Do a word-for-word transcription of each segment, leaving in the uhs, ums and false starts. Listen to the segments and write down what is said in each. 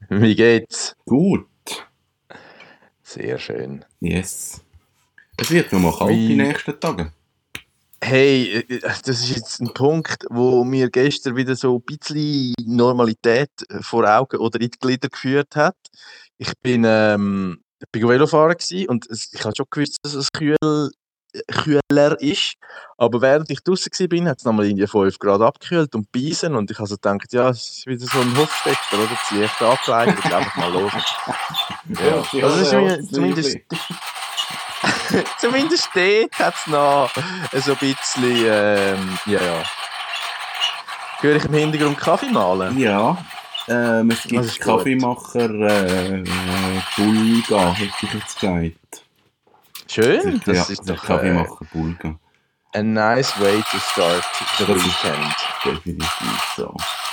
Wie geht's? Gut. Sehr schön. Yes. Es wird noch mal kalt die Wie, nächsten Tage. hey, äh, das ist jetzt ein Punkt, wo mir gestern wieder so ein bisschen Normalität äh, vor Augen oder in die Glieder geführt hat. Ich bin, ähm, ich bin Velofahren gewesen und es, ich habe schon gewusst, dass es kühl, äh, kühler ist. Aber während ich draußen war, hat es nochmal irgendwie fünf Grad abgekühlt und beißen. Und ich habe so gedacht, ja, es ist wieder so ein Hofstetter, oder? Das Licht angelegt und einfach mal los. Ja, Die also es ist Hose mir aufs zumindest. Zwiebli. Zumindest dort hat es noch so ein bisschen, ähm, ja, ja. Höre ich im Hintergrund Kaffee mahlen? Ja, ähm, es Das gibt ist gut. Kaffeemacher äh, Bulga, hätte ich jetzt gesagt. Schön, Ja, das es ist ist doch äh, Kaffeemacher Bulga. a nice way to start the Das ist weekend. definitiv so.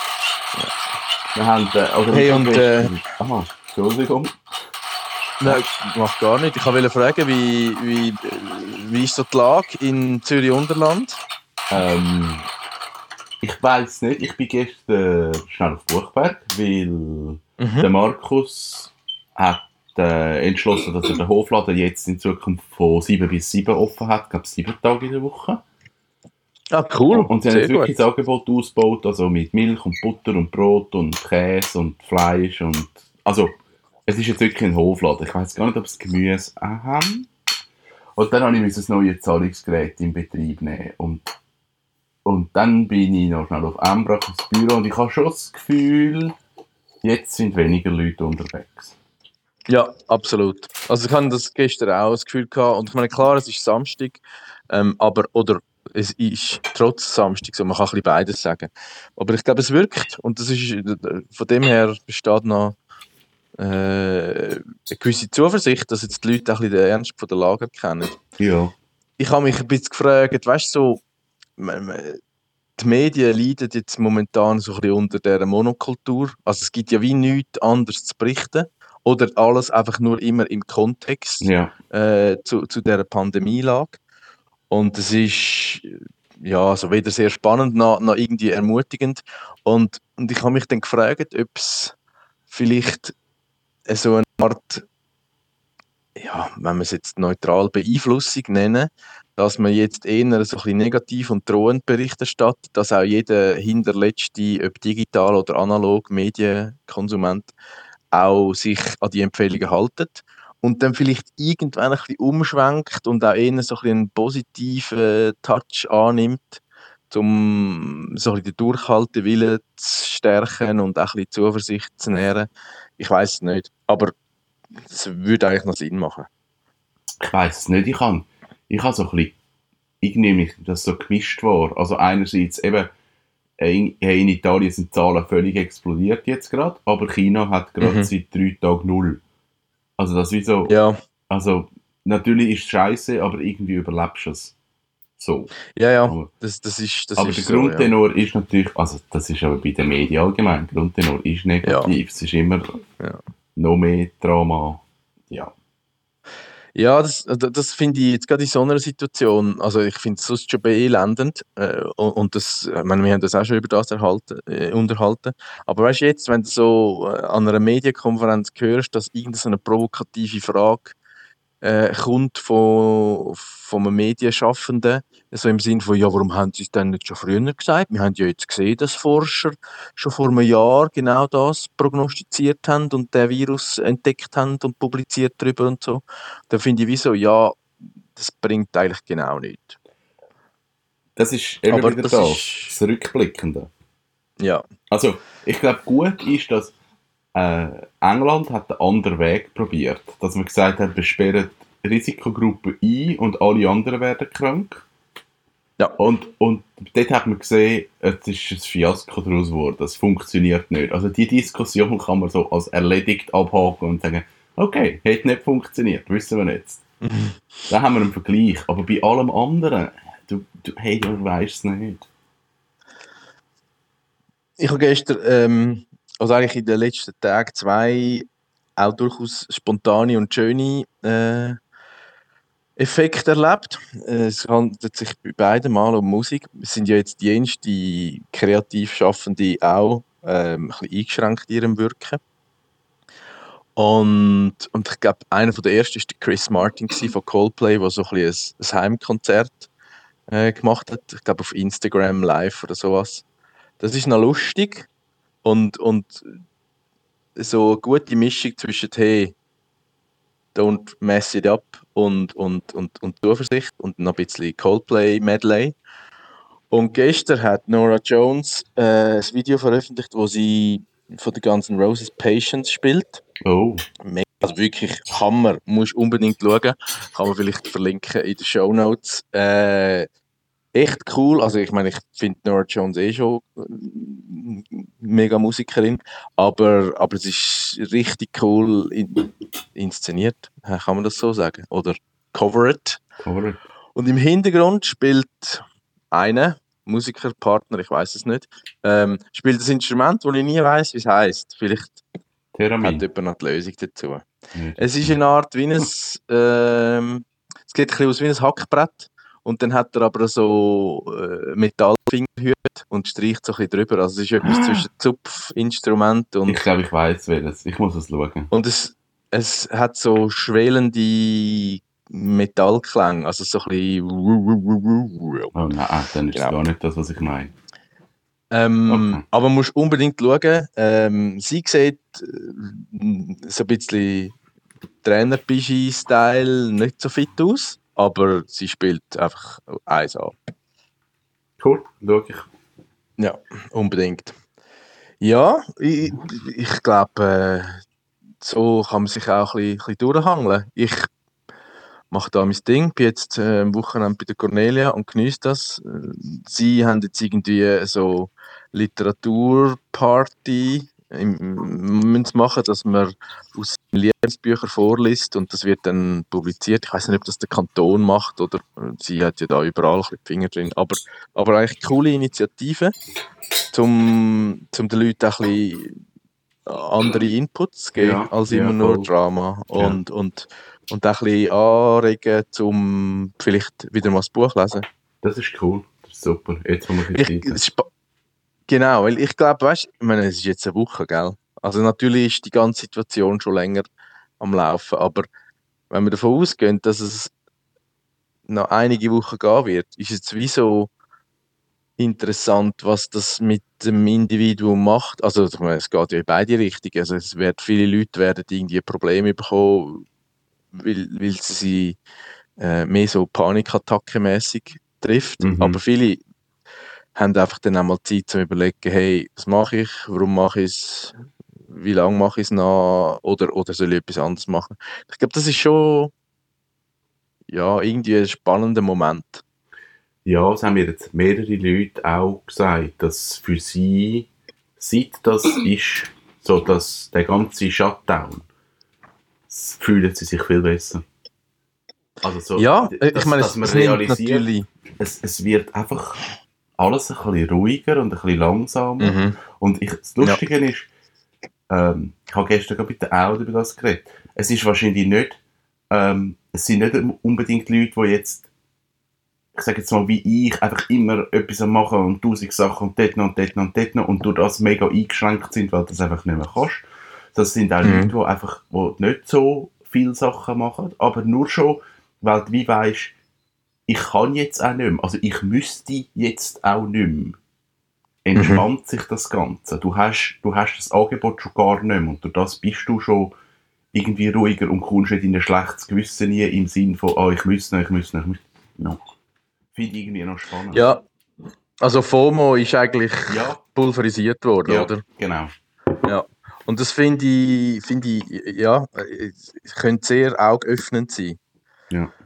Wir haben, äh, oder Hey, wie und äh, gestern... Aha, Entschuldigung. nein, macht gar nicht. Ich wollte fragen, wie, wie, wie ist so die Lage in Zürich-Unterland? Ähm, ich weiss nicht, ich bin gestern schnell auf Buchberg, weil Mhm. der Markus hat äh, entschlossen, dass er den Hofladen jetzt in Zukunft von sieben bis sieben offen hat, ich glaube sieben Tage in der Woche. Ah, cool, Und, und sie haben sehr jetzt wirklich gut. das Angebot ausgebaut, also mit Milch und Butter und Brot und Käse und Fleisch und... Also, es ist jetzt wirklich ein Hofladen. Ich weiss gar nicht, ob sie Gemüse auch haben. Und dann habe ich ein neues Zahlungsgerät in Betrieb nehmen. Und, und dann bin ich noch schnell auf Embrach ins Büro und ich habe schon das Gefühl, jetzt sind weniger Leute unterwegs. Ja, absolut. Also ich hatte das gestern auch das Gefühl gehabt, und ich meine, klar, es ist Samstag, ähm, aber, oder es ist trotz Samstag so, man kann ein bisschen beides sagen. Aber ich glaube, es wirkt, und das ist, äh, von dem her besteht noch äh, eine gewisse Zuversicht, dass jetzt die Leute auch ein bisschen den Ernst von der Lage kennen. Ja. Ich habe mich ein bisschen gefragt, weißt du, so, man- man- die Medien leiden jetzt momentan so ein bisschen unter dieser Monokultur. Also es gibt ja wie nichts anderes zu berichten. Oder alles einfach nur immer im Kontext Ja. äh, zu, zu dieser Pandemielage. Und es ist ja also weder sehr spannend noch, noch irgendwie ermutigend. Und, und ich habe mich dann gefragt, ob es vielleicht so eine Art, ja, wenn wir es jetzt neutral Beeinflussung nennen, dass man jetzt eher so ein bisschen negativ und drohend Bericht erstattet, dass auch jeder hinterletzte, ob digital oder analog Medienkonsument, auch sich an die Empfehlungen haltet und dann vielleicht irgendwann ein bisschen umschwenkt und auch eher so ein bisschen einen positiven Touch annimmt, um so ein bisschen den Durchhaltewillen zu stärken und auch ein bisschen Zuversicht zu nähren. Ich weiß es nicht, aber es würde eigentlich noch Sinn machen. Ich weiss es nicht, ich habe ich habe so ein bisschen, irgendwie mich das so gemischt war. Also einerseits eben, in, in Italien sind die Zahlen völlig explodiert jetzt gerade, aber China hat gerade Mhm. seit drei Tagen null. Also das wie so, Ja, also natürlich ist es scheiße, aber irgendwie überlebst du es. So. ja, ja, Aber, das, das ist, das aber der ist so, ja. Grundtenor ist natürlich, also das ist aber bei den Medien allgemein, der Grundtenor ist Ja, negativ. Es ist immer ja. noch mehr Drama. Ja. Ja, das, das das finde ich jetzt gerade in so einer Situation, also ich finde es sonst schon beelendend äh, und, und das, ich meine, wir haben das auch schon über das erhalten, äh, unterhalten, aber weißt du jetzt, wenn du so äh, an einer Medienkonferenz hörst, dass irgendeine so eine provokative Frage äh, kommt von, von einem Medienschaffenden, so im Sinne von, ja, warum haben sie es denn nicht schon früher gesagt? Wir haben ja jetzt gesehen, dass Forscher schon vor einem Jahr genau das prognostiziert haben und den Virus entdeckt haben und publiziert darüber und so. Da finde ich wie so, ja, das bringt eigentlich genau nichts. Das ist eben Aber wieder das das, ist, das Rückblickende. ja, Also, ich glaube, gut ist, dass äh, England hat einen anderen Weg probiert. Dass man gesagt hat, wir sperren Risikogruppen ein und alle anderen werden krank. ja, Und, und dort hat man gesehen, es ist ein Fiasko daraus geworden. Das funktioniert nicht. Also die Diskussion kann man so als erledigt abhaken und sagen, okay, hat nicht funktioniert, wissen wir jetzt. Da haben wir einen Vergleich. Aber bei allem anderen, du, du, hey, du weißt es nicht. ich habe gestern, ähm, also eigentlich in den letzten Tagen zwei auch durchaus spontane und schöne äh, Effekte erlebt. Äh, Es handelt sich bei beiden Mal um Musik. Es sind ja jetzt die jensten Kreativschaffende auch ähm, ein bisschen eingeschränkt in ihrem Wirken. Und, und ich glaube, einer der ersten war der Chris Martin von Coldplay, der so ein, bisschen ein, ein Heimkonzert äh, gemacht hat. Ich glaube, auf Instagram live oder sowas. Das ist noch lustig und, und so eine gute Mischung zwischen hey, don't mess it up und, und, und, und Zuversicht und noch ein bisschen Coldplay-Medley. Und gestern hat Norah Jones äh, ein Video veröffentlicht, wo sie von den Guns N' Roses Patience spielt. Oh. Also wirklich Hammer, musst unbedingt schauen. Kann man vielleicht verlinken in den Shownotes. Äh, echt cool. Also ich meine, ich finde Norah Jones eh schon mega Musikerin, aber, aber es ist richtig cool in, inszeniert, kann man das so sagen? Oder covered. Covered. Und im Hintergrund spielt einer Musiker, Partner, ich weiß es nicht, ähm, spielt das Instrument, wo ich nie weiß, wie es heisst. Vielleicht Theramin. hat jemand noch die Lösung dazu. Ja, es ist eine Art wie ein, ähm, es sieht ein bisschen aus wie ein Hackbrett und dann hat er aber so äh, Metallfingerhüte und streicht so ein bisschen drüber. Also es ist etwas Ah. zwischen Zupfinstrument und... Ich glaube, ich weiß welches. Ich muss es schauen. Und es, es hat so schwelende Metallklänge, also so ein bisschen... Oh nein, dann ist es Genau. gar nicht das, was ich meine. Ähm, Okay. Aber man muss unbedingt schauen. Ähm, sie sieht äh, so ein bisschen Trainer-Pischi-Style nicht so fit aus, aber sie spielt einfach eins an. Cool, schau ich. Ja, unbedingt. Ja, ich, ich glaube, äh, so kann man sich auch ein bisschen, ein bisschen durchhangeln. Ich mache da mein Ding, bin jetzt äh, am Wochenende bei der Cornelia und genieße das. Äh, Sie haben jetzt irgendwie so Literaturparty müssen machen, dass man aus Lieblingsbüchern vorliest und das wird dann publiziert. Ich weiß nicht, ob das der Kanton macht oder sie hat ja da überall ein bisschen die Finger drin. Aber, aber eigentlich coole Initiative, um zum den Leuten auch ein bisschen andere Inputs zu geben, Ja, als ja, immer nur voll. Drama. Und, ja. und, und auch ein bisschen anregen, um vielleicht wieder mal das Buch zu lesen. Das ist cool, das ist super. Jetzt haben wir Ich, Zeit. spa- genau, weil ich glaube, weißt, ich meine, es ist jetzt eine Woche, gell? Also natürlich ist die ganze Situation schon länger am Laufen, aber wenn wir davon ausgehen, dass es noch einige Wochen gehen wird, ist es wie so interessant, was das mit dem Individuum macht. Also ich meine, es geht ja in beide Richtungen. Also es wird, viele Leute werden irgendwie Probleme bekommen, weil, weil sie sie äh, mehr so Panikattackenmäßig trifft. Mhm. Aber viele haben einfach dann auch mal Zeit zu überlegen, hey, was mache ich, warum mache ich es, wie lange mache ich es noch oder, oder soll ich etwas anderes machen. Ich glaube, das ist schon ja, irgendwie ein spannender Moment. Ja, es haben mir jetzt mehrere Leute auch gesagt, dass für sie, seit das ist, so dass der ganze Shutdown, fühlen sie sich viel besser. Also so, Ja, ich dass, meine, dass es, man es nimmt realisiert, natürlich... es, es wird einfach alles ein bisschen ruhiger und ein bisschen langsamer. Mhm. Und ich, das Lustige ja. ist, ähm, ich habe gestern gerade mit der Audi über das geredet. Es ist wahrscheinlich nicht, ähm, es sind nicht unbedingt Leute, die jetzt, ich sage jetzt mal, wie ich, einfach immer etwas am machen und tausend Sachen und dort noch und dort noch und dort noch und durch das mega eingeschränkt sind, weil du das einfach nicht mehr kannst. Das sind auch mhm. Leute, die einfach, die nicht so viele Sachen machen, aber nur schon, weil du wie weisst, ich kann jetzt auch nicht mehr, also ich müsste jetzt auch nicht mehr. Entspannt mhm. sich das Ganze. Du hast, du hast das Angebot schon gar nicht mehr und durch das bist du schon irgendwie ruhiger und kommst nicht in ein schlechtes Gewissen nie im Sinn von, ah, oh, ich muss noch, ich muss noch, ich muss noch. Finde ich irgendwie noch spannend. Ja, also FOMO ist eigentlich ja. pulverisiert worden, ja, oder? Genau. Ja, und das finde ich, finde ich, ja, könnte sehr augöffnend sein. Ja.